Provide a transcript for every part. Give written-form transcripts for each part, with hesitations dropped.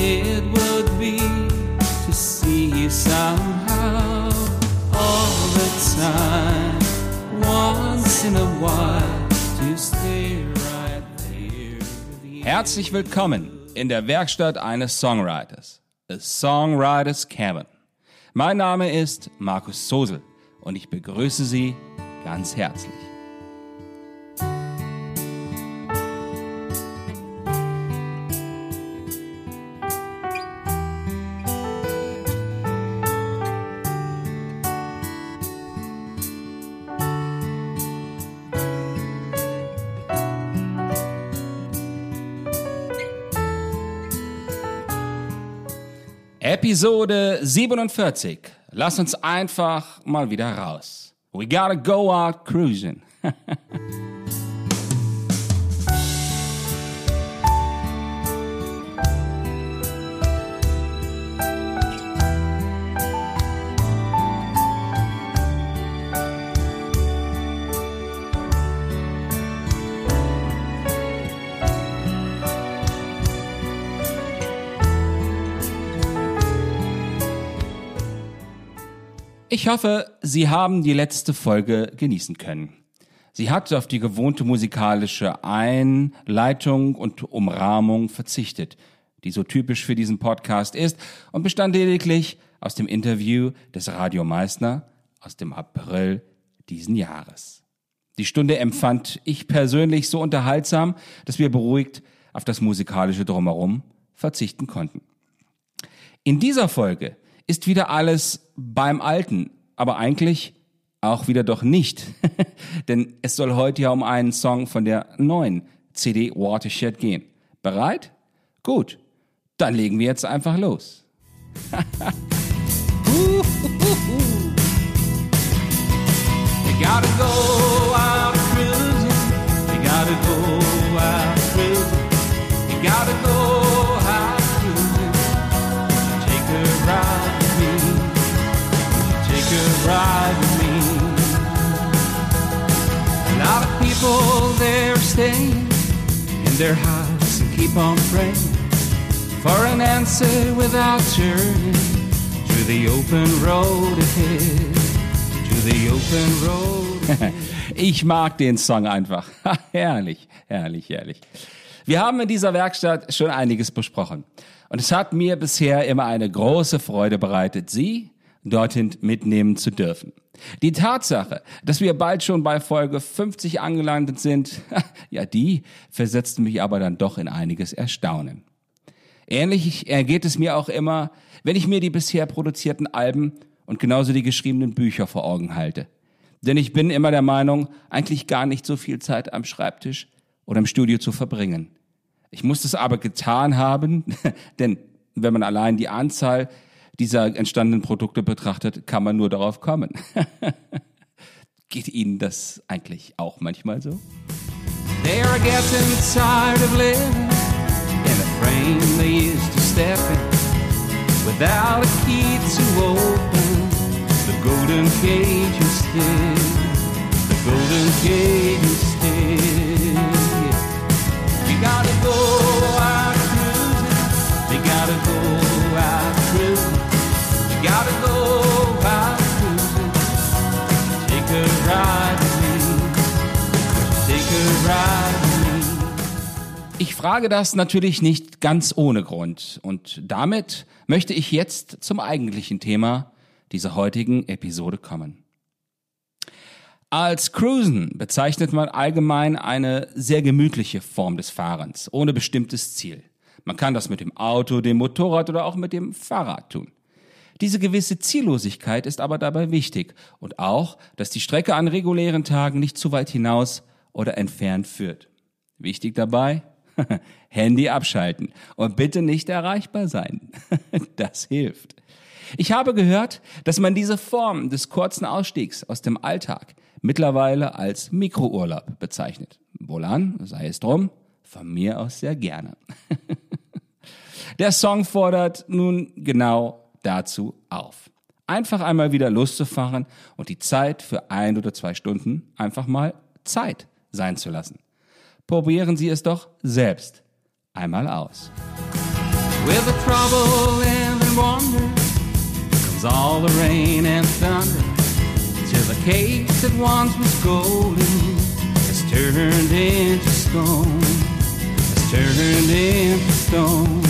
it would be to see you somehow all the time, once in a while, to stay right there. Herzlich willkommen in der Werkstatt eines Songwriters, A Songwriter's Cabin. Mein Name ist Markus Zosel und ich begrüße Sie ganz herzlich. Episode 47. Lass uns einfach mal wieder raus. We gotta go out cruising. Ich hoffe, Sie haben die letzte Folge genießen können. Sie hat auf die gewohnte musikalische Einleitung und Umrahmung verzichtet, die so typisch für diesen Podcast ist, und bestand lediglich aus dem Interview des Radio Meißner aus dem April diesen Jahres. Die Stunde empfand ich persönlich so unterhaltsam, dass wir beruhigt auf das musikalische Drumherum verzichten konnten. In dieser Folge ist wieder alles beim Alten, aber eigentlich auch wieder doch nicht. Denn es soll heute ja um einen Song von der neuen CD Watershed gehen. Bereit? Gut, dann legen wir jetzt einfach los. You gotta go out cruising. You gotta go out cruising. You gotta go out cruising. Take a ride with me. Take a ride with me. A lot of people they're staying in their house and keep on praying for an answer without turning to the open road ahead. To the open road. Ich mag den Song einfach. Herrlich, herrlich, herrlich. Wir haben in dieser Werkstatt schon einiges besprochen. Und es hat mir bisher immer eine große Freude bereitet, Sie dorthin mitnehmen zu dürfen. Die Tatsache, dass wir bald schon bei Folge 50 angelandet sind, ja, die versetzte mich aber dann doch in einiges Erstaunen. Ähnlich ergeht es mir auch immer, wenn ich mir die bisher produzierten Alben und genauso die geschriebenen Bücher vor Augen halte. Denn ich bin immer der Meinung, eigentlich gar nicht so viel Zeit am Schreibtisch oder im Studio zu verbringen. Ich muss es aber getan haben, denn wenn man allein die Anzahl dieser entstandenen Produkte betrachtet, kann man nur darauf kommen. Geht Ihnen das eigentlich auch manchmal so? They are getting tired of living in a frame they used to step in without a key to open the golden cage instead. The golden cage instead. You gotta go out cruising. You gotta go out cruising. You gotta go out cruising. Take a ride with me. Take a ride with me. Ich frage das natürlich nicht ganz ohne Grund und damit möchte ich jetzt zum eigentlichen Thema dieser heutigen Episode kommen. Als Cruisen bezeichnet man allgemein eine sehr gemütliche Form des Fahrens, ohne bestimmtes Ziel. Man kann das mit dem Auto, dem Motorrad oder auch mit dem Fahrrad tun. Diese gewisse Ziellosigkeit ist aber dabei wichtig und auch, dass die Strecke an regulären Tagen nicht zu weit hinaus oder entfernt führt. Wichtig dabei? Handy abschalten und bitte nicht erreichbar sein. Das hilft. Ich habe gehört, dass man diese Form des kurzen Ausstiegs aus dem Alltag mittlerweile als Mikrourlaub bezeichnet. Wohlan, sei es drum, von mir aus sehr gerne. Der Song fordert nun genau dazu auf. Einfach einmal wieder loszufahren und die Zeit für 1 oder 2 Stunden einfach mal Zeit sein zu lassen. Probieren Sie es doch selbst einmal aus. With the trouble and wonder comes all the rain and thunder, till the cake that once was golden has turned into stone, has turned into stone.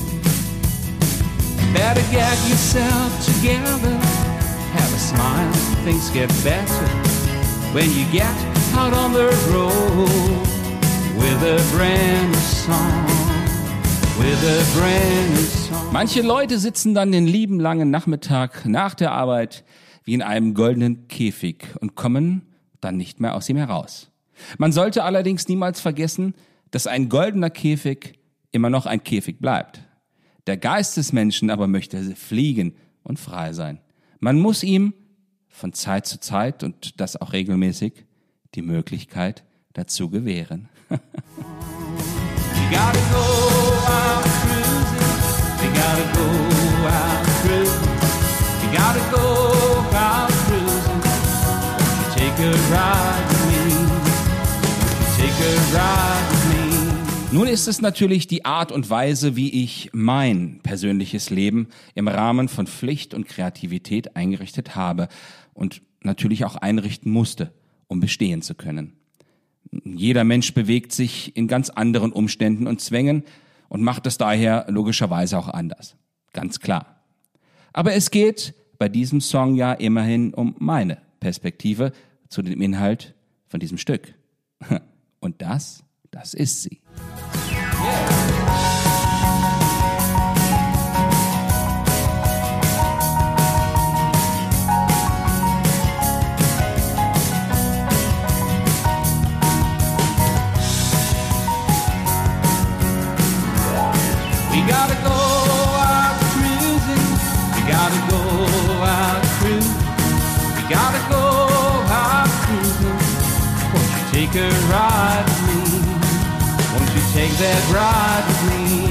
Better get yourself together, have a smile, things get better when you get out on the road with a brand new song, with a brand new song. Manche Leute sitzen dann den lieben langen Nachmittag nach der Arbeit wie in einem goldenen Käfig und kommen dann nicht mehr aus ihm heraus. Man sollte allerdings niemals vergessen, dass ein goldener Käfig immer noch ein Käfig bleibt. Der Geist des Menschen aber möchte fliegen und frei sein. Man muss ihm von Zeit zu Zeit und das auch regelmäßig die Möglichkeit dazu gewähren. You gotta go out cruising, you gotta go out cruising, you gotta go out cruising. Won't you take a ride with me? Won't you take a ride with me? Nun ist es natürlich die Art und Weise, wie ich mein persönliches Leben im Rahmen von Pflicht und Kreativität eingerichtet habe und natürlich auch einrichten musste, um bestehen zu können. Jeder Mensch bewegt sich in ganz anderen Umständen und Zwängen und macht es daher logischerweise auch anders. Ganz klar. Aber es geht bei diesem Song ja immerhin um meine Perspektive zu dem Inhalt von diesem Stück. Und das ist sie. We gotta go out cruising, we gotta go out cruising, we gotta go out cruising. Won't you take a ride with me? Won't you take that ride with me?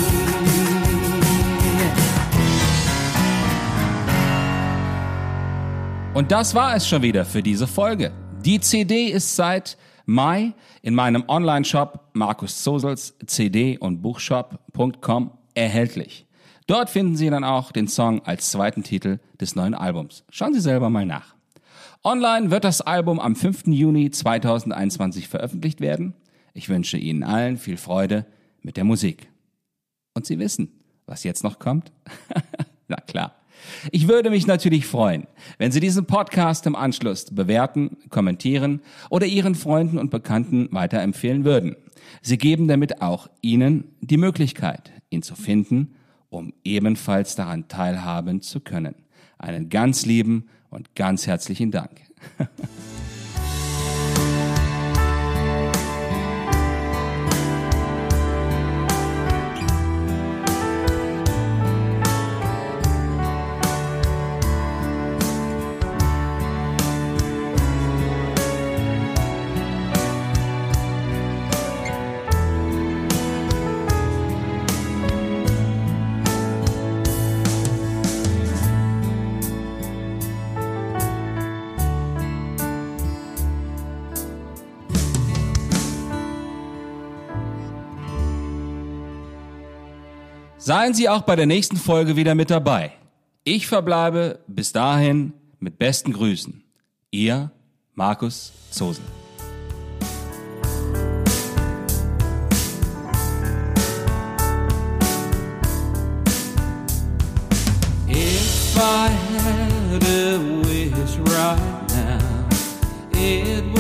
Und das war es schon wieder für diese Folge. Die CD ist seit Mai in meinem Online-Shop Markus Zosels CD- und Buchshop.com erhältlich. Dort finden Sie dann auch den Song als zweiten Titel des neuen Albums. Schauen Sie selber mal nach. Online wird das Album am 5. Juni 2021 veröffentlicht werden. Ich wünsche Ihnen allen viel Freude mit der Musik. Und Sie wissen, was jetzt noch kommt? Na klar. Ich würde mich natürlich freuen, wenn Sie diesen Podcast im Anschluss bewerten, kommentieren oder Ihren Freunden und Bekannten weiterempfehlen würden. Sie geben damit auch Ihnen die Möglichkeit, ihn zu finden, um ebenfalls daran teilhaben zu können. Einen ganz lieben und ganz herzlichen Dank. Seien Sie auch bei der nächsten Folge wieder mit dabei. Ich verbleibe bis dahin mit besten Grüßen. Ihr Markus Zosel. If I had a wish right now, it